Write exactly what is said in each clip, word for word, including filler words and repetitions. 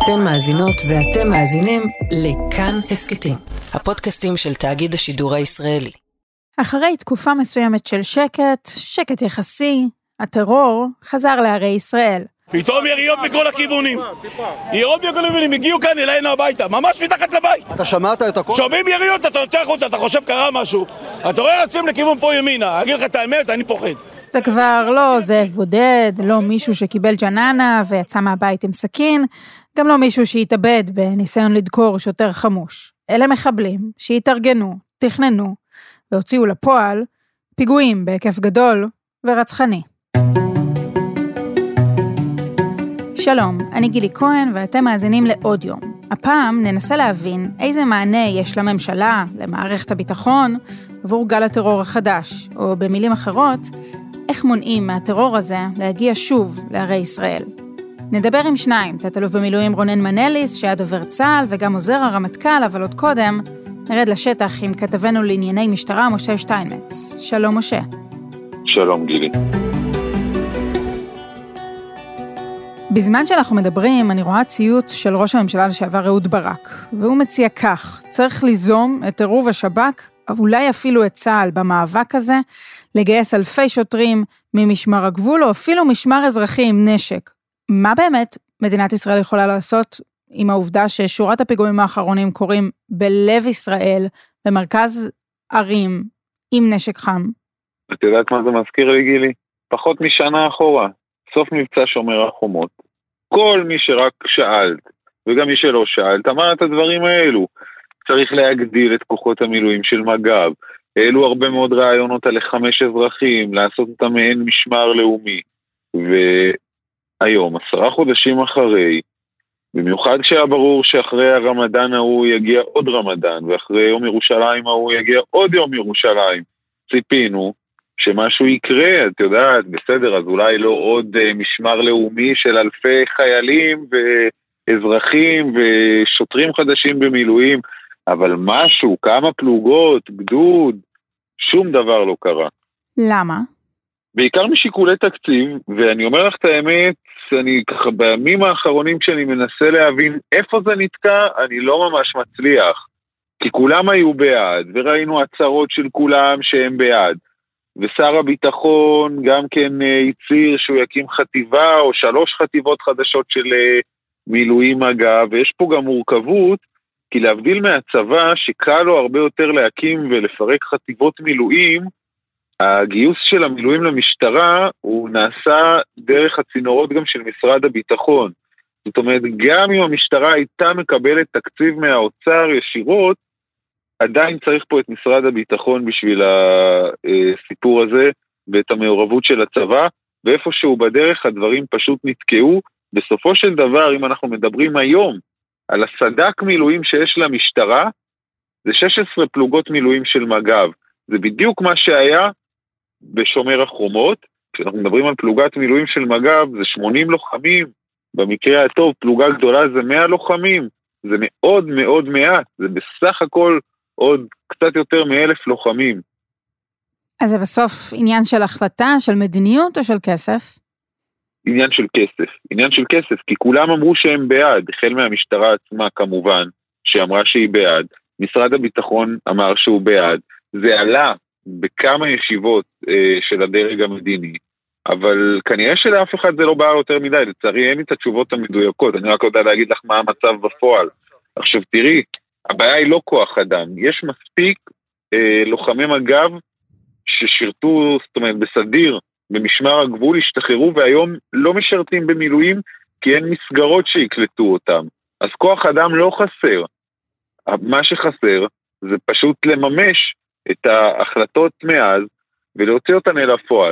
אתן מאזינות ואתם מאזינים לכאן הסקטים, הפודקאסטים של תאגיד השידור הישראלי. אחרי תקופה מסוימת של שקט, שקט יחסי, הטרור חזר לערי ישראל. פתאום יריות מכל הכיוונים. יריות מכל הכיוונים, הגיעו כאן אלינו הביתה, ממש מתחת לבית. אתה שמעת את הכל? שומעים יריות, אתה יוצא החוצה, אתה חושב קרה משהו. אתה רואה רצים לכיוון פה ימינה, אגיד לך את האמת, אני פוחד. זה כבר לא זאב בודד, לא מישהו שקיבל ג'ננה ויצא מהבית עם סכין, גם לא מישהו שהתאבד בניסיון לדקור שוטר חמוש. אלה מחבלים שהתארגנו, תכננו, והוציאו לפועל פיגועים בהיקף גדול ורצחני. שלום, אני גילי כהן ואתם מאזינים לעוד יום. הפעם ננסה להבין איזה מענה יש לממשלה, למערכת הביטחון, עבור גל הטרור החדש, או במילים אחרות, איך מונעים מהטרור הזה להגיע שוב לערי ישראל. נדבר עם שניים, תת-אלוף במילואים רונן מנליס, שהיה דובר צה"ל וגם עוזר הרמטכ"ל, אבל עוד קודם נרד לשטח עם כתבנו לענייני משטרה משה שטיינמץ. שלום משה. שלום גילי. בזמן שאנחנו מדברים, אני רואה ציוץ של ראש הממשלה לשעבר אהוד ברק, והוא מציע כך, צריך ליזום את עירוב השב"כ, אולי אפילו את צה"ל במאבק הזה, לגייס אלפי שוטרים ממשמר הגבול, או אפילו משמר אזרחי עם נשק. מה באמת מדינת ישראל יכולה לעשות עם העובדה ששורת הפיגועים האחרונים קורים בלב ישראל, במרכז ערים, עם נשק חם? את יודעת מה זה מזכיר לי גילי? פחות משנה אחורה, סוף מבצע שומר החומות. כל מי שרק שאלת, וגם מי שלא שאלת, אמר את הדברים האלו. צריך להגדיל את כוחות המילואים של מג"ב, העלו הרבה מאוד רעיונות על לחמש אזרחים, לעשות אותם מעין משמר לאומי. והיום, עשרה חודשים אחרי, במיוחד שהיה ברור שאחרי הרמדאן ההוא יגיע עוד רמדאן, ואחרי יום ירושלים ההוא יגיע עוד יום ירושלים, ציפינו שמשהו יקרה, את יודעת, בסדר, אז אולי לא עוד משמר לאומי של אלפי חיילים ואזרחים ושוטרים חדשים במילואים, אבל משהו, כמה פלוגות, גדוד, שום דבר לא קרה. למה? בעיקר משיקולי תקציב, ואני אומר לך את האמת, אני ככה בימים האחרונים כשאני מנסה להבין איפה זה נתקע, אני לא ממש מצליח. כי כולם היו בעד, וראינו הצהרות של כולם שהם בעד. ושר הביטחון גם כן הצהיר שהוא יקים חטיבה או שלוש חטיבות חדשות של מילואים מג"ב, ויש פה גם מורכבות, כי להבדיל מהצבא שקל לו הרבה יותר להקים ולפרק חטיבות מילואים, הגיוס של המילואים למשטרה הוא נעשה דרך הצינורות גם של משרד הביטחון. זאת אומרת, גם אם המשטרה הייתה מקבלת תקציב מהאוצר ישירות, עדיין צריך פה את משרד הביטחון בשביל הסיפור הזה, ואת המעורבות של הצבא, ואיפשהו בדרך הדברים פשוט נתקעו. בסופו של דבר, אם אנחנו מדברים היום על הסדק מילואים שיש למשטרה, זה שש עשרה פלוגות מילואים של מג"ב. זה בדיוק מה שהיה בשומר החומות. כשאנחנו מדברים על פלוגת מילואים של מג"ב, זה שמונים לוחמים, במקרה הטוב פלוגה גדולה זה מאה לוחמים, זה מאוד מאוד מעט, זה בסך הכל עוד קצת יותר מאלף לוחמים. אז זה בסוף עניין של החלטה, של מדיניות או של כסף? עניין של כסף, עניין של כסף, כי כולם אמרו שהם בעד, החל מהמשטרה עצמה כמובן, שאמרה שהיא בעד, משרד הביטחון אמר שהוא בעד, זה עלה בכמה ישיבות אה, של הדרג המדיני, אבל כנראה שלאף אחד זה לא בעיה יותר מדי, לצערי אין לי את התשובות המדויקות, אני רק יודע להגיד לך מה המצב בפועל. עכשיו תראי, הבעיה היא לא כוח אדם, יש מספיק אה, לוחמי מג"ב ששירתו, זאת אומרת, בסדיר, במשמר הגבול, השתחררו והיום לא משרתים במילואים, כי אין מסגרות שיקלטו אותם. אז כוח אדם לא חסר. מה שחסר זה פשוט לממש את ההחלטות מאז, ולהוציא אותן אל הפועל.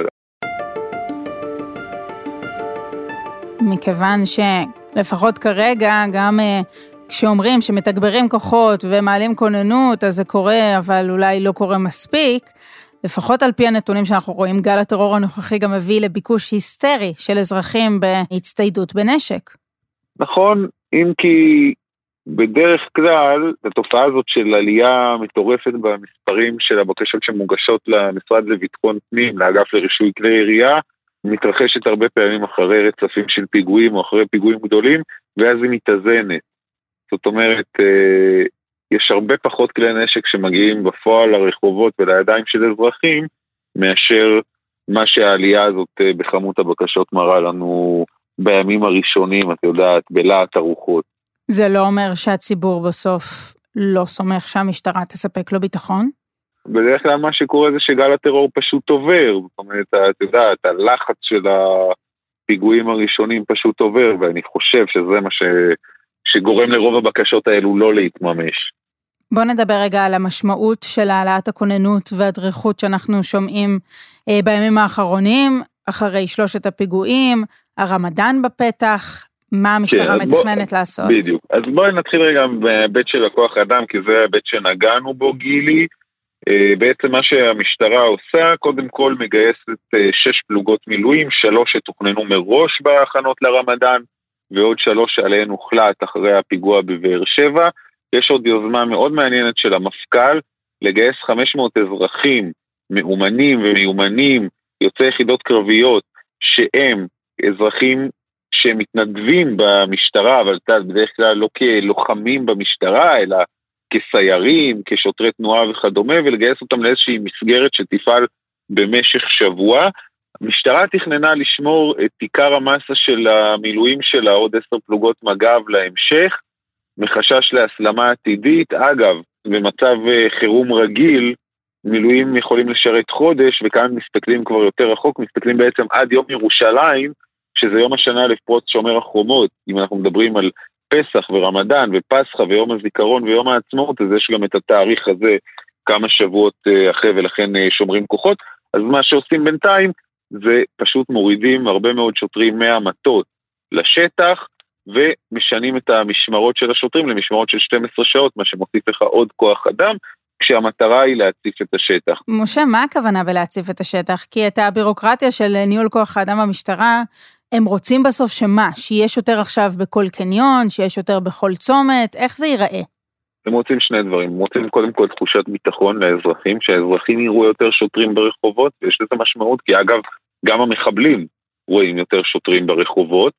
מכיוון שלפחות כרגע, גם כשאומרים שמתגברים כוחות ומעלים כוננות, אז זה קורה, אבל אולי לא קורה מספיק, לפחות על פי הנתונים שאנחנו רואים, גל הטרור הנוכחי גם מביא לביקוש היסטרי של אזרחים בהצטיידות בנשק. נכון, אם כי בדרך כלל, התופעה הזאת של עלייה מטורפת במספרים של הבקשות שמוגשות למשרד לביטחון פנים, לאגף לרישוי כלי ירייה, מתרחשת הרבה פעמים אחרי רצפים של פיגועים או אחרי פיגועים גדולים, ואז היא מתאזנת. זאת אומרת, יש הרבה פחות כלי נשק שמגיעים בפועל לרחובות ולידיים של אזרחים, מאשר מה שהעלייה הזאת בכמות הבקשות מראה לנו בימים הראשונים, את יודעת, בלהט הרוחות. זה לא אומר שהציבור בסוף לא סומך שהמשטרה תספק לו ביטחון? בדרך כלל מה שקורה זה שגל הטרור פשוט עובר, זאת אומרת, את יודעת, הלחץ של הפיגועים הראשונים פשוט עובר, ואני חושב שזה מה ש... שגורם לרוב הבקשות האלו לא להתממש. בוא נדבר רגע על המשמעות של העלאת הכוננות והדריכות שאנחנו שומעים אה, בימים האחרונים, אחרי שלושת הפיגועים, הרמדאן בפתח, מה המשטרה כן, מתכננת בוא, לעשות? בדיוק. אז בואי נתחיל רגע בהיבט של הכוח אדם, כי זה ההיבט שנגענו בו, גילי. אה, בעצם מה שהמשטרה עושה, קודם כל מגייסת אה, שש פלוגות מילואים, שלוש שתוכננו מראש בהכנות לרמדאן, ועוד שלוש שעליהן הוחלט אחרי הפיגוע בבאר שבע. יש עוד יוזמה מאוד מעניינת של המפכ"ל, לגייס חמש מאות אזרחים מאומנים ומיומנים, יוצאי יחידות קרביות, שהם אזרחים שמתנדבים במשטרה, אבל בדרך כלל לא כלוחמים במשטרה, אלא כסיירים, כשוטרי תנועה וכדומה, ולגייס אותם לאיזושהי מסגרת שתפעל במשך שבוע. המשטרה תכננה לשמור את עיקר המסה של המילואים שלה, עוד עשר פלוגות מג"ב להמשך, מחשש להסלמה עתידית. אגב, במצב חירום רגיל, מילואים יכולים לשרת חודש, וכאן מסתכלים כבר יותר רחוק, מסתכלים בעצם עד יום ירושלים, שזה יום השנה לפרוץ שומר החומות. אם אנחנו מדברים על פסח ורמדאן ופסחה ויום הזיכרון ויום העצמאות, אז יש גם את התאריך הזה כמה שבועות אחרי, ולכן שומרים כוחות. אז מה שעושים בינתיים, זה פשוט מורידים הרבה מאוד שוטרים מהמטות לשטח, ומשנים את המשמרות של השוטרים למשמרות של שתים עשרה שעות, מה שמוסיף לך עוד כוח אדם, כשהמטרה היא להציף את השטח. משה, מה הכוונה בלהציף את השטח? כי את הבירוקרטיה של ניהול כוח האדם במשטרה, הם רוצים בסוף שמה? שיש יותר עכשיו בכל קניון, שיש יותר בכל צומת, איך זה ייראה? הם רוצים שני דברים, הם רוצים קודם כל תחושת ביטחון לאזרחים, שהאזרחים יראו יותר שוטרים ברחובות, ויש לזה משמעות, כי אגב, גם המחבלים רואים יותר שוטרים ברחובות,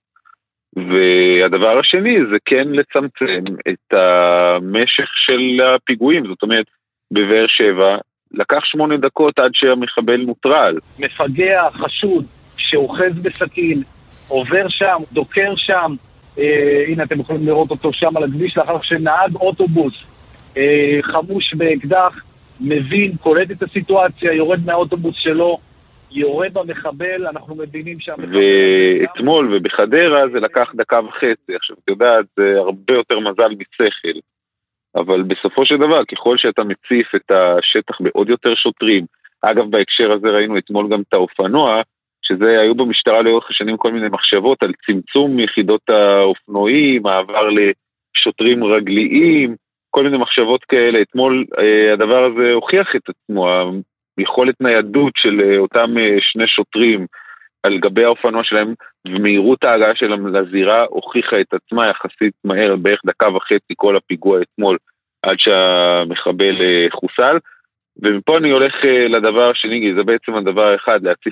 והדבר השני זה כן לצמצם את המשך של הפיגועים, זאת אומרת, בבאר שבע, לקח שמונה דקות עד שהמחבל נוטרל. מפגע, חשוד, שאוחז בסכין, עובר שם, דוקר שם, אה, הנה אתם יכולים לראות אותו שם על הכביש, לאחר שנהג אוטובוס, אה, חמוש באקדח, מבין, קולט את הסיטואציה, יורד מהאוטובוס שלו, יורד במחבל, אנחנו מבינים שהמחבל... ואתמול ובחדרה זה לקח דקה וחצי, עכשיו אתה יודעת, זה הרבה יותר מזל משכל, אבל בסופו של דבר, ככל שאתה מציף את השטח בעוד יותר שוטרים, אגב בהקשר הזה ראינו אתמול גם את האופנוע, שזה היו במשטרה לאורך השנים כל מיני מחשבות על צמצום יחידות האופנועים, מעבר לשוטרים רגליים, כל מיני מחשבות כאלה. אתמול הדבר הזה הוכיח את עצמו, יכולת ניידות של אותם שני שוטרים על גבי האופנוע שלהם, ומהירות ההגעה שלהם לזירה הוכיחה את עצמה יחסית מהר, בערך דקה וחצי כל הפיגוע אתמול, עד שהמחבל חוסל. ומפה אני הולך לדבר השני, זה בעצם הדבר האחד, להציף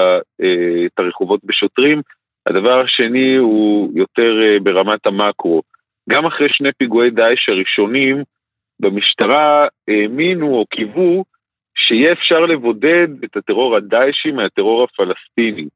את הרחובות בשוטרים. הדבר השני הוא יותר ברמת המקרו. גם אחרי שני פיגועי דאעש הראשונים, במשטרה האמינו או קיוו שיהיה אפשר לבודד את הטרור הדאעשי מהטרור הפלסטיני.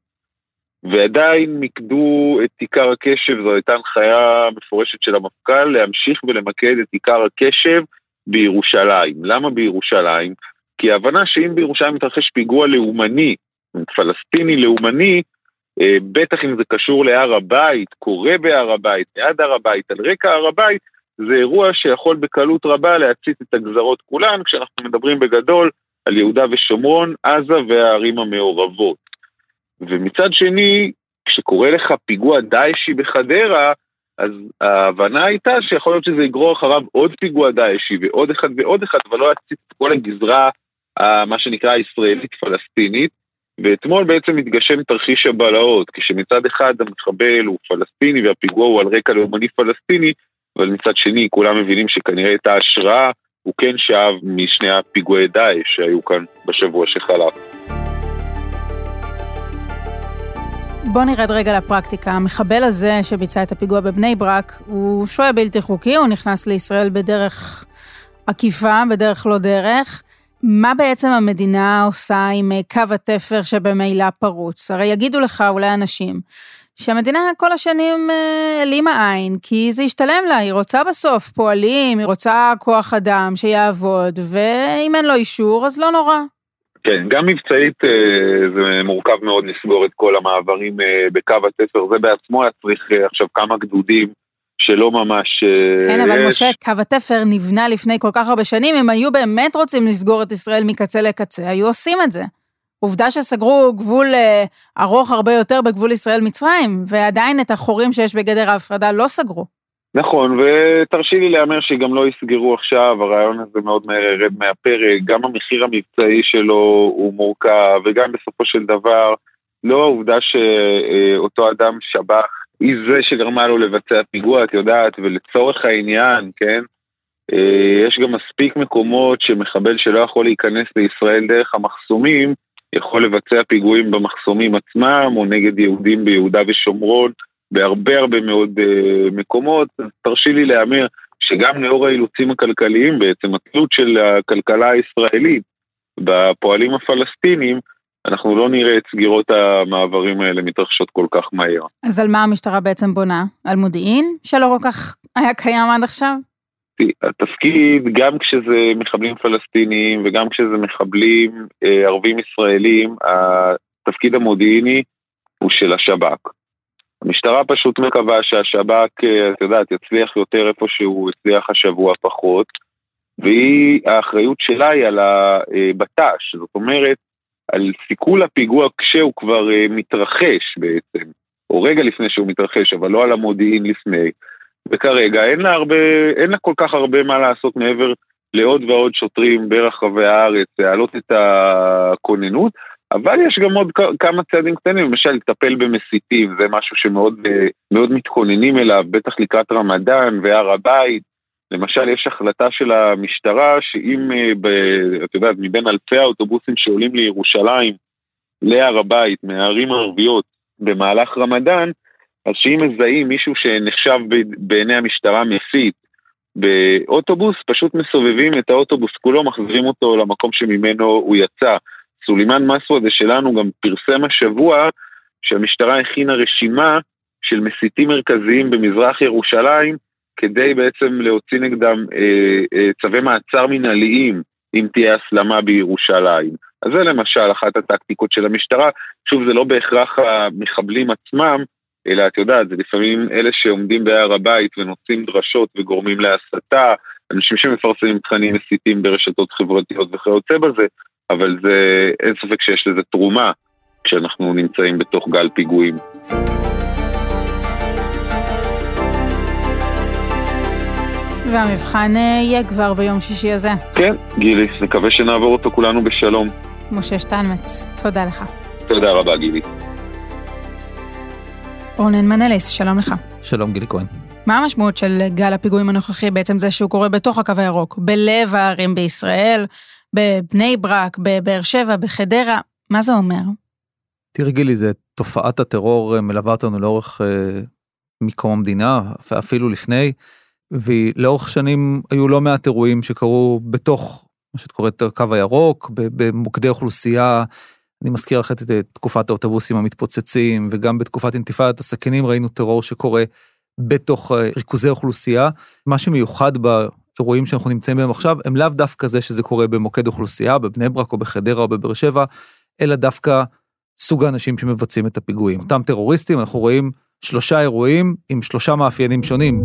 ועדיין מקדו את עיקר הקשב, זו הייתה הנחיה מפורשת של המפכ"ל, להמשיך ולמקד את עיקר הקשב בירושלים. למה בירושלים? כי ההבנה שאם בירושלים מתרחש פיגוע לאומני, פלסטיני לאומני, בטח אם זה קשור להר הבית, קורה בהר הבית, ליד הר הבית, על רקע הר הבית, זה אירוע שיכול בקלות רבה להציץ את הגזרות כולן, כשאנחנו מדברים בגדול על יהודה ושומרון, עזה והערים המעורבות. ומצד שני, כשקורה לך פיגוע דאעשי בחדרה, אז ההבנה הייתה שיכול להיות שזה יגרור אחריו עוד פיגוע דאעשי ועוד אחד ועוד אחד, אבל לא יציץ את כל הגזרה, מה שנקרא הישראלית פלסטינית, ואתמול בעצם מתגשם תרחיש הבלהות, כשמצד אחד המחבל הוא פלסטיני והפיגוע הוא על רקע לאומני פלסטיני, אבל מצד שני כולם מבינים שכנראה את ההשראה הוא כן שאב משני הפיגועי דאעש שהיו כאן בשבוע שחלף. בוא נרד רגע לפרקטיקה. המחבל הזה שביצע את הפיגוע בבני ברק, הוא שוהה בלתי חוקי, הוא נכנס לישראל בדרך עקיפה, בדרך לא דרך. מה בעצם המדינה עושה עם קו התפר שבמילא פרוץ? הרי יגידו לך אולי אנשים שהמדינה כל השנים העלימה עין, כי זה ישתלם לה, היא רוצה בסוף פועלים, היא רוצה כוח אדם שיעבוד, ואם אין לו אישור אז לא נורא. כן, גם מבצעית זה מורכב מאוד לסגור את כל המעברים בקו התפר, זה בעצמו היה צריך עכשיו כמה גדודים שלא ממש... כן, אבל משה, קו התפר נבנה לפני כל כך הרבה שנים, הם היו באמת רוצים לסגור את ישראל מקצה לקצה, היו עושים את זה. עובדה שסגרו גבול ארוך הרבה יותר בגבול ישראל-מצרים, ועדיין את החורים שיש בגדר ההפרדה לא סגרו. נכון, ותרשי לי לאמר שגם לא יסגרו עכשיו, הרעיון הזה מאוד מהר ירד מהפרק, גם המחיר המבצעי שלו הוא מורכב, וגם בסופו של דבר, לא העובדה שאותו אדם שבח, היא זה שגרמה לו לבצע פיגוע, את יודעת, ולצורך העניין, כן, יש גם מספיק מקומות שמחבל שלא יכול להיכנס לישראל דרך המחסומים, יכול לבצע פיגועים במחסומים עצמם, או נגד יהודים ביהודה ושומרון, בהרבה הרבה מאוד uh, מקומות. תרשי לי לאמר שגם לאור האילוצים הכלכליים, בעצם התלות של הכלכלה הישראלית בפועלים הפלסטינים, אנחנו לא נראה את סגירות המעברים האלה מתרחשות כל כך מהר. אז על מה המשטרה בעצם בונה? על מודיעין שלא כל כך היה קיים עד עכשיו? התפקיד, גם כשזה מחבלים פלסטינים וגם כשזה מחבלים אה, ערבים ישראלים, התפקיד המודיעיני הוא של השב"כ. המשטרה פשוט מקווה שהשב"כ, את יודעת, יצליח יותר איפה שהוא הצליח השבוע פחות, והיא, האחריות שלה היא על הבט"ש, זאת אומרת, על סיכול הפיגוע כשהוא כבר מתרחש בעצם, או רגע לפני שהוא מתרחש, אבל לא על המודיעין לפני. וכרגע אין לה, הרבה, אין לה כל כך הרבה מה לעשות מעבר לעוד ועוד שוטרים ברחבי הארץ, להעלות את הכוננות, אבל יש גם עוד כמה צעדים קטנים, למשל לטפל במסיתים, זה משהו שמאוד מאוד מתכוננים אליו, בטח לקראת רמדאן והר הבית. למשל יש החלטה של המשטרה שאם, את יודעת, מבין אלפי האוטובוסים שעולים לירושלים, להר הבית, מהערים הערביות במהלך רמדאן, אז שאם מזהים מישהו שנחשב בעיני המשטרה מסית באוטובוס, פשוט מסובבים את האוטובוס כולו, מחזירים אותו למקום שממנו הוא יצא. סולימן מסוודה שלנו גם פרסם השבוע שהמשטרה הכינה רשימה של מסיתים מרכזיים במזרח ירושלים, כדי בעצם להוציא נגדם אה, אה, צווי מעצר מנהליים, אם תהיה הסלמה בירושלים. אז זה למשל אחת הטקטיקות של המשטרה, שוב זה לא בהכרח המחבלים עצמם, אלא את יודעת, זה לפעמים אלה שעומדים בהר הבית ונוצאים דרשות וגורמים להסתה, אנשים שמפרסמים תכנים מסיתים ברשתות חברתיות וכיוצא בזה, אבל זה, אין ספק שיש לזה תרומה כשאנחנו נמצאים בתוך גל פיגועים. והמבחן יהיה כבר ביום שישי הזה. כן, גילי, נקווה שנעבור אותו כולנו בשלום. משה שטיינמץ, תודה לך. תודה רבה, גילי. רונן מנלס, שלום לך. שלום, גילי כהן. מה המשמעות של גל הפיגועים הנוכחי? בעצם זה שהוא קורה בתוך הקו הירוק, בלב הערים בישראל, בבני ברק, בבאר שבע, בחדרה, מה זה אומר? תראי גילי, זה תופעת הטרור מלווה אותנו לאורך אה, מקום המדינה, אפילו לפני, ולאורך שנים היו לא מעט אירועים שקרו בתוך מה שקוראת הקו הירוק, במוקדי אוכלוסייה. אני מזכיר לך את תקופת האוטובוסים המתפוצצים, וגם בתקופת אינתיפאדת הסכינים ראינו טרור שקורה בתוך ריכוזי אוכלוסייה. מה שמיוחד באירועים שאנחנו נמצאים בהם עכשיו, הם לאו דווקא זה שזה קורה במוקד אוכלוסייה, בבני ברק או בחדרה או בבאר שבע, אלא דווקא סוג האנשים שמבצעים את הפיגועים. אותם טרוריסטים, אנחנו רואים שלושה אירועים עם שלושה מאפיינים שונים.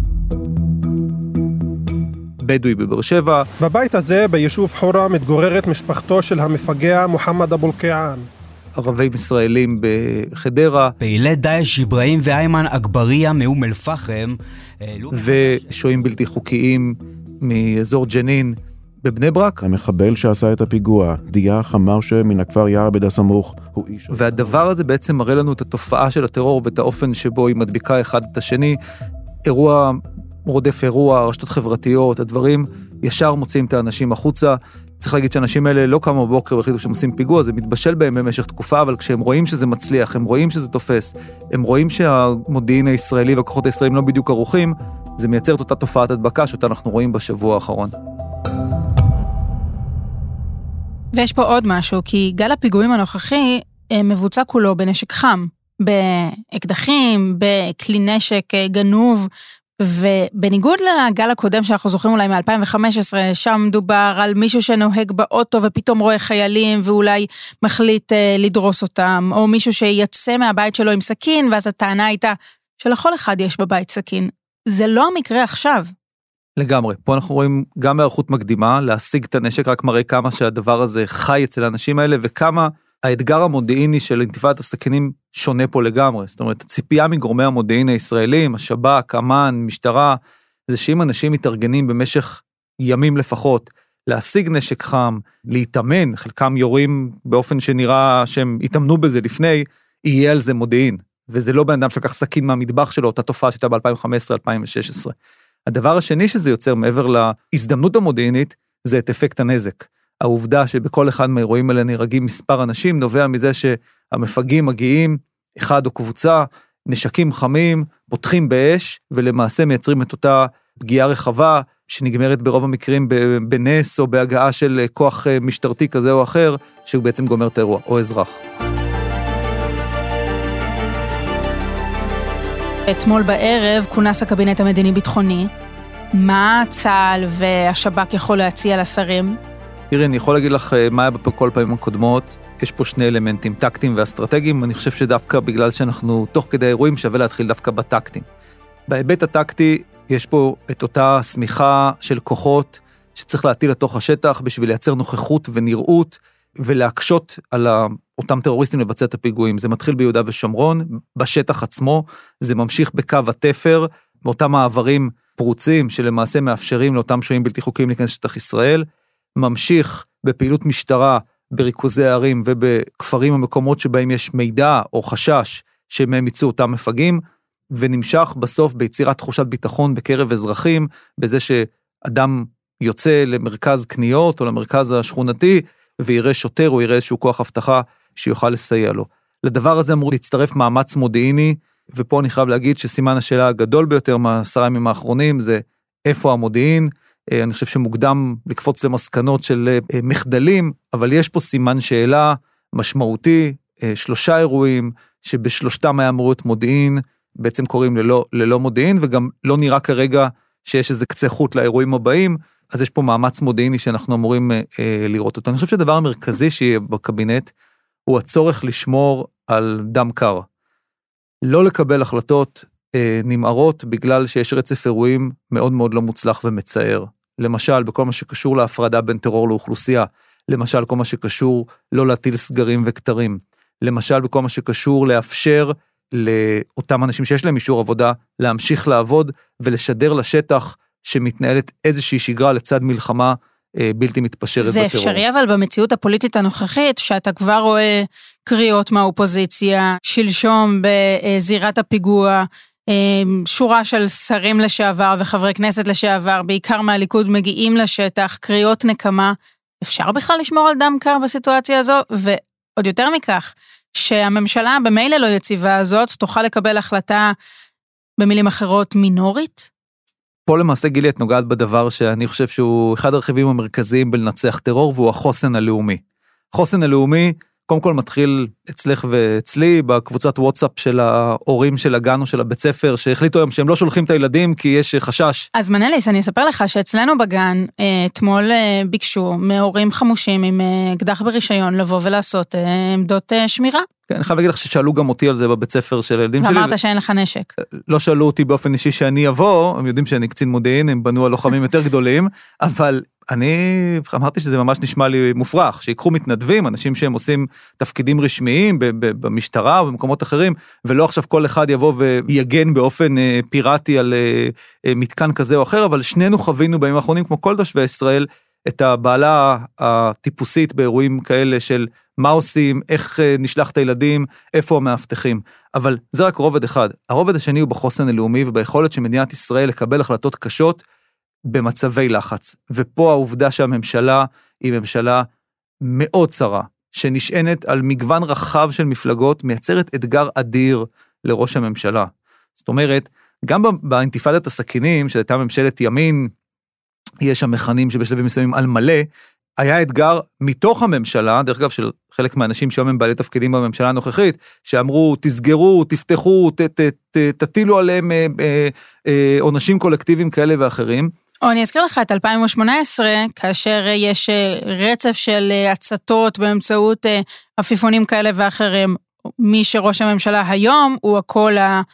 בדואי בבאר שבע. בבית הזה, ביישוב חורה, מתגוררת משפחתו של המפגע מוחמד אבו אלקיעאן. ערבים ישראלים בחדרה. פעילי דאעש אברהים ואיימן אגבריה מאום אל-פחם. ושוהים בלתי חוקיים מאזור ג'נין בבני ברק. המחבל שעשה את הפיגוע, דיח אמר שמן הכפר יעבד הסמוך, הוא איש. והדבר הזה בעצם מראה לנו את התופעה של הטרור ואת האופן שבו היא מדביקה אחד את השני. אירוע רודף אירוע, רשתות חברתיות, הדברים ישר מוצאים את האנשים החוצה, צריך להגיד שאנשים האלה לא קמו בבוקר והחליטו שהם עושים פיגוע, זה מתבשל בהם במשך תקופה, אבל כשהם רואים שזה מצליח, הם רואים שזה תופס, הם רואים שהמודיעין הישראלי והכוחות הישראלים לא בדיוק ערוכים, זה מייצר את אותה תופעת הדבקה שאותה אנחנו רואים בשבוע האחרון. ויש פה עוד משהו, כי גל הפיגועים הנוכחי מבוצע כולו בנשק חם, באקדחים, בכלי נשק גנוב, ובניגוד לגל הקודם שאנחנו זוכרים אולי מ-אלפיים וחמש עשרה, שם דובר על מישהו שנוהג באוטו ופתאום רואה חיילים ואולי מחליט אה, לדרוס אותם, או מישהו שיצא מהבית שלו עם סכין, ואז הטענה הייתה שלכל אחד יש בבית סכין. זה לא המקרה עכשיו. לגמרי. פה אנחנו רואים גם מערכות מקדימה, להשיג את הנשק, רק מראה כמה שהדבר הזה חי אצל האנשים האלה, וכמה האתגר המודיעיני של אינתיפאדת הסכינים שונה פה לגמרי. זאת אומרת, הציפייה מגורמי המודיעין הישראלים, השב"כ, אמ"ן, משטרה, זה שאם אנשים מתארגנים במשך ימים לפחות, להשיג נשק חם, להתאמן, חלקם יורים באופן שנראה שהם התאמנו בזה לפני, יהיה על זה מודיעין. וזה לא בן אדם שלקח סכין מהמטבח שלו, אותה תופעה שהייתה ב-אלפיים וחמש עשרה אלפיים ושש עשרה. הדבר השני שזה יוצר מעבר להזדמנות המודיעינית, זה את אפקט הנזק. העובדה שבכל אחד מהאירועים האלה נהרגים מספר אנשים, נובע מזה שהמפגעים מגיעים, אחד או קבוצה, נשקים חמים, פותחים באש, ולמעשה מייצרים את אותה פגיעה רחבה, שנגמרת ברוב המקרים בנס, או בהגעה של כוח משטרתי כזה או אחר, שהוא בעצם גומר את האירוע, או אזרח. אתמול בערב כונס הקבינט המדיני-ביטחוני, מה צה"ל והשב"כ יכול להציע לשרים? תראי, אני יכול להגיד לך מה היה בכל פעמים הקודמות, יש פה שני אלמנטים, טקטיים ואסטרטגיים, אני חושב שדווקא בגלל שאנחנו תוך כדי האירועים שווה להתחיל דווקא בטקטים. בהיבט הטקטי יש פה את אותה סמיכה של כוחות שצריך להטיל לתוך השטח בשביל לייצר נוכחות ונראות ולהקשות על אותם טרוריסטים לבצע את הפיגועים. זה מתחיל ביהודה ושומרון, בשטח עצמו, זה ממשיך בקו התפר, באותם מעברים פרוצים שלמעשה מאפשרים לאותם שוהים בלתי חוקיים להיכנס לשטח ישראל, ממשיך בפעילות משטרה בריכוזי הערים ובכפרים המקומות שבהם יש מידע או חשש שמהם יצאו אותם מפגעים, ונמשך בסוף ביצירת תחושת ביטחון בקרב אזרחים, בזה שאדם יוצא למרכז קניות או למרכז השכונתי, ויראה שוטר או יראה איזשהו כוח הבטחה שיוכל לסייע לו. לדבר הזה אמור להצטרף מאמץ מודיעיני, ופה אני חייב להגיד שסימן השאלה הגדול ביותר מהעשרה ימים האחרונים זה איפה המודיעין. אני חושב שמוקדם לקפוץ למסקנות של מחדלים, אבל יש פה סימן שאלה משמעותי, שלושה אירועים שבשלושתם היה אמורות מודיעין, בעצם קוראים ללא, ללא מודיעין, וגם לא נראה כרגע שיש איזה קצה חוט לאירועים הבאים, אז יש פה מאמץ מודיעיני שאנחנו אמורים אה, לראות אותו. אני חושב שהדבר המרכזי שיהיה בקבינט, הוא הצורך לשמור על דם קר. לא לקבל החלטות אה, נמערות, בגלל שיש רצף אירועים מאוד מאוד לא מוצלח ומצער. למשל, בכל מה שקשור להפרדה בין טרור לאוכלוסייה, למשל, כל מה שקשור לא להטיל סגרים וכתרים, למשל, בכל מה שקשור לאפשר לאותם אנשים שיש להם אישור עבודה, להמשיך לעבוד ולשדר לשטח שמתנהלת איזושהי שגרה לצד מלחמה אה, בלתי מתפשרת בטרור. זה אפשרי, אבל במציאות הפוליטית הנוכחית, שאתה כבר רואה קריאות מהאופוזיציה, שלשום בזירת הפיגוע, שורה של שרים לשעבר וחברי כנסת לשעבר, בעיקר מהליכוד מגיעים לשטח, קריאות נקמה, אפשר בכלל לשמור על דם קר בסיטואציה הזו, ועוד יותר מכך, שהממשלה במילא לא יציבה הזאת, תוכל לקבל החלטה במילים אחרות מינורית? פה למעשה גילי את נוגעת בדבר שאני חושב שהוא אחד הרכיבים המרכזיים בלנצח טרור, והוא החוסן הלאומי. החוסן הלאומי קודם כל מתחיל אצלך ואצלי, בקבוצת וואטסאפ של ההורים של הגן או של הבית ספר, שהחליטו היום שהם לא שולחים את הילדים כי יש חשש. אז מנליס, אני אספר לך שאצלנו בגן, אתמול ביקשו מהורים חמושים עם אקדח ברישיון לבוא ולעשות עמדות שמירה. כן, אני חייב להגיד לך ששאלו גם אותי על זה בבית ספר של הילדים שלי. ואמרת שאין לך נשק. לא שאלו אותי באופן אישי שאני אבוא, הם יודעים שאני קצין מודיעין, הם בנו על לוחמים יותר גדולים, אבל אני אמרתי שזה ממש נשמע לי מופרך, שיקחו מתנדבים, אנשים שהם עושים תפקידים רשמיים במשטרה או במקומות אחרים, ולא עכשיו כל אחד יבוא ויגן באופן פיראטי על מתקן כזה או אחר, אבל שנינו חווינו בימים האחרונים, כמו כל תושבי ישראל, את הבעלה הטיפוסית באירועים כאלה של מה עושים, איך נשלח את הילדים, איפה המאבטחים. אבל זה רק רובד אחד. הרובד השני הוא בחוסן הלאומי וביכולת של מדינת ישראל לקבל החלטות קשות, במצבי לחץ. ופה העובדה שהממשלה היא ממשלה מאוד צרה, שנשענת על מגוון רחב של מפלגות, מייצרת אתגר אדיר לראש הממשלה. זאת אומרת, גם באינתיפאדת הסכינים, שהייתה ממשלת ימין, יש שם מכנים שבשלבים מסוימים על מלא, היה אתגר מתוך הממשלה, דרך אגב של חלק מהאנשים שהיום הם בעלי תפקידים בממשלה הנוכחית, שאמרו תסגרו, תפתחו, ת, ת, ת, תטילו עליהם אה, אה, אה, עונשים קולקטיביים כאלה ואחרים. או אני אזכיר לך את אלפיים שמונה עשרה, כאשר יש רצף של הצתות באמצעות עפיפונים כאלה ואחרים, מי שראש הממשלה היום הוא הקול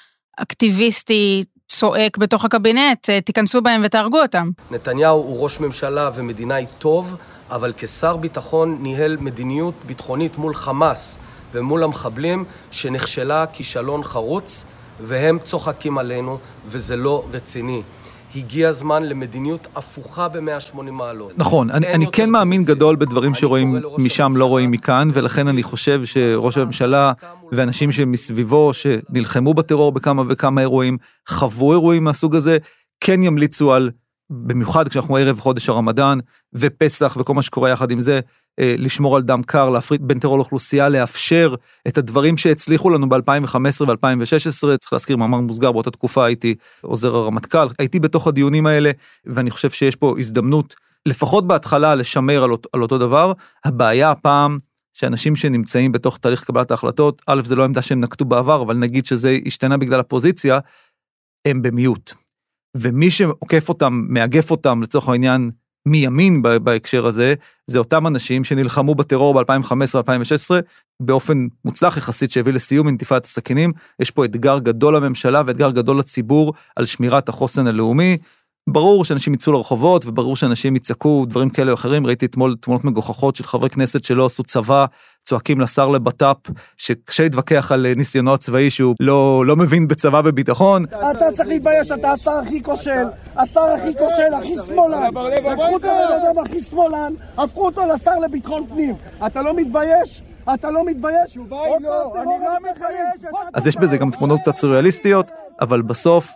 האקטיביסטי צועק בתוך הקבינט, תיכנסו בהם ותהרגו אותם. נתניהו הוא ראש ממשלה ומדינאי טוב, אבל כשר ביטחון ניהל מדיניות ביטחונית מול חמאס ומול המחבלים שנכשלה כישלון חרוץ, והם צוחקים עלינו וזה לא רציני. הגיע הזמן למדיניות הפוכה ב-מאה ושמונים מעלות. נכון, אני, אני כן מאמין גדול בדברים שרואים משם לא רואים מכאן, ולכן אני חושב שראש הממשלה ואנשים שמסביבו, שנלחמו בטרור בכמה וכמה אירועים, חוו אירועים מהסוג הזה, כן ימליצו על, במיוחד כשאנחנו ערב חודש הרמדאן, ופסח וכל מה שקורה יחד עם זה, לשמור על דם קר, להפריד בין טרור לאוכלוסייה, לאפשר את הדברים שהצליחו לנו ב-אלפיים וחמש עשרה ו-אלפיים ושש עשרה, צריך להזכיר מאמר מוסגר, באותה תקופה הייתי עוזר הרמטכ"ל, הייתי בתוך הדיונים האלה, ואני חושב שיש פה הזדמנות, לפחות בהתחלה, לשמר על, על אותו דבר. הבעיה הפעם, שאנשים שנמצאים בתוך תהליך קבלת ההחלטות, א', זה לא עמדה שהם נקטו בעבר, אבל נגיד שזה השתנה בגלל הפוזיציה, הם במיעוט. ומי שעוקף אותם, מאגף אותם, לצורך העניין, מימין בהקשר הזה, זה אותם אנשים שנלחמו בטרור ב-אלפיים וחמש עשרה אלפיים ושש עשרה, באופן מוצלח יחסית שהביא לסיום אינתיפאדת הסכינים. יש פה אתגר גדול לממשלה ואתגר גדול לציבור על שמירת החוסן הלאומי. ברור שאנשים יצאו לרחובות, וברור שאנשים יצעקו דברים כאלה או אחרים. ראיתי אתמול תמונות מגוחכות של חברי כנסת שלא עשו צבא, צועקים לשר לבט"פ, שקשה להתווכח על ניסיונו הצבאי שהוא לא, לא מבין בצבא וביטחון. אתה צריך להתבייש, אתה השר הכי כושל, השר הכי כושל, הכי שמאלן. לקחו אותו לבדם הכי שמאלן, הפכו אותו לשר לביטחון פנים. אתה לא מתבייש? אתה לא מתבייש? לא, אני לא מתבייש. אז יש בזה גם תמונות קצת סוריאליסטיות, אבל בסוף,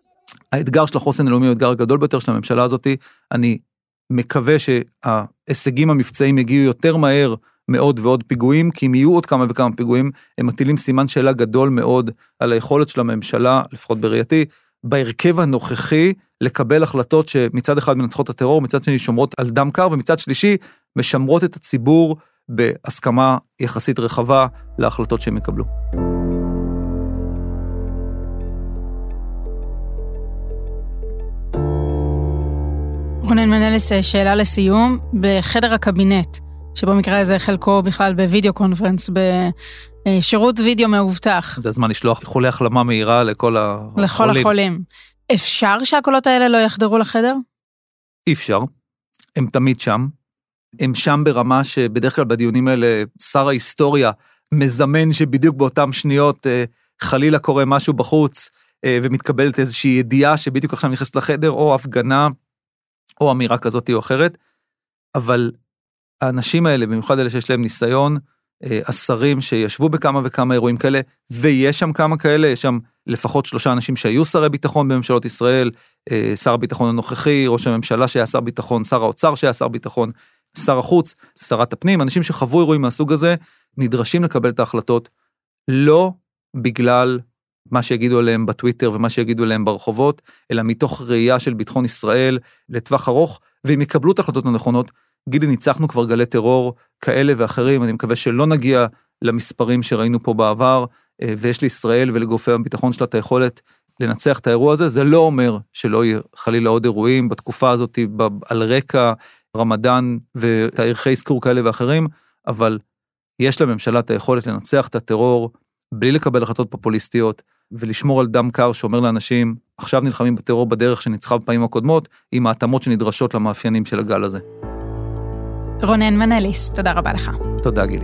האתגר של החוסן הלאומי הוא האתגר הגדול ביותר של הממשלה הזאת. אני מקווה שההישגים המבצעיים יגיעו יותר מהר מאוד ועוד פיגועים, כי אם יהיו עוד כמה וכמה פיגועים, הם מטילים סימן שאלה גדול מאוד על היכולת של הממשלה, לפחות בראייתי, בהרכב הנוכחי, לקבל החלטות שמצד אחד מנצחות הטרור, מצד שני שומרות על דם קר, ומצד שלישי משמרות את הציבור בהסכמה יחסית רחבה להחלטות שהם יקבלו. רונן מנליס, שאלה לסיום, בחדר הקבינט, שבמקרה הזה חלקו בכלל בווידאו קונפרנס, בשירות וידאו מאובטח. זה הזמן לשלוח חולי החלמה מהירה לכל החולים. לכל החולים. אפשר שהקולות האלה לא יחדרו לחדר? אי אפשר. הם תמיד שם. הם שם ברמה שבדרך כלל בדיונים האלה, שר ההיסטוריה מזמן שבדיוק באותם שניות חלילה קורה משהו בחוץ, ומתקבלת איזושהי ידיעה שבדיוק עכשיו נכנסת לחדר, או הפגנה, או אמירה כזאת או אחרת, אבל האנשים האלה, במיוחד אלה שיש להם ניסיון, השרים שישבו בכמה וכמה אירועים כאלה, ויש שם כמה כאלה, יש שם לפחות שלושה אנשים שהיו שרי ביטחון בממשלות ישראל, שר הביטחון הנוכחי, ראש הממשלה שהיה שר ביטחון, שר האוצר שהיה שר ביטחון, שר החוץ, שרת הפנים, אנשים שחוו אירועים מהסוג הזה, נדרשים לקבל את ההחלטות, לא בגלל מה שיגידו עליהם בטוויטר ומה שיגידו עליהם ברחובות, אלא מתוך ראייה של ביטחון ישראל לטווח ארוך, והם יקבלו את ההחלטות הנכונות. גילי, ניצחנו כבר גלי טרור כאלה ואחרים, אני מקווה שלא נגיע למספרים שראינו פה בעבר, ויש לישראל ולגופי הביטחון שלה את היכולת לנצח את האירוע הזה. זה לא אומר שלא יהיה חלילה עוד אירועים בתקופה הזאת, על רקע רמדאן ותאריכי אזכור כאלה ואחרים, אבל יש לממשלה את היכולת לנצח את הטרור, בלי לקבל החלטות פופוליסטיות, ולשמור על דם קר שאומר לאנשים, עכשיו נלחמים בטרור בדרך שניצחה בפעמים הקודמות, עם ההתאמות שנדרשות למאפיינים של הגל הזה. רונן מנליס, תודה רבה לך. תודה גילי.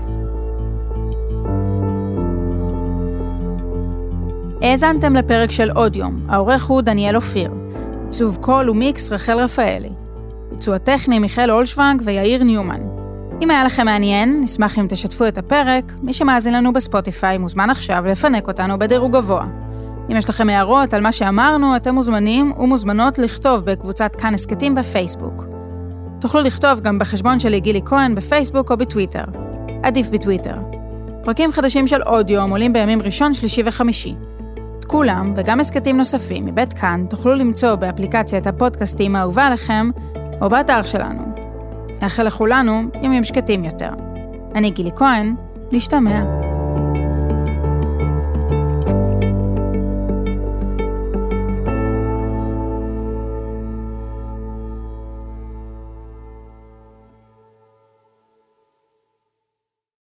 האזנתם לפרק של עוד יום, העורך הוא דניאל אופיר, עיצוב קול ומיקס רחל רפאלי, ביצוע טכני מיכאל אולשוונג ויאיר ניומן. אם היה לכם מעניין, נשמח אם תשתפו את הפרק, מי שמאזין לנו בספוטיפיי מוזמן עכשיו לפנק אותנו בדירוג גבוה. אם יש לכם הערות על מה שאמרנו, אתם מוזמנים ומוזמנות לכתוב בקבוצת כאן הסקטים בפייסבוק. תוכלו לכתוב גם בחשבון שלי גילי כהן בפייסבוק או בטוויטר. עדיף בטוויטר. פרקים חדשים של אודיו עולים בימים ראשון, שלישי וחמישי. את כולם וגם הסקטים נוספים מבית כאן תוכלו למצוא באפליקציית הפודקאסטים האהובה עליכם או באתר שלנו. נאחל לכולנו ימים שקטים יותר. אני גילי כהן, נשתמע.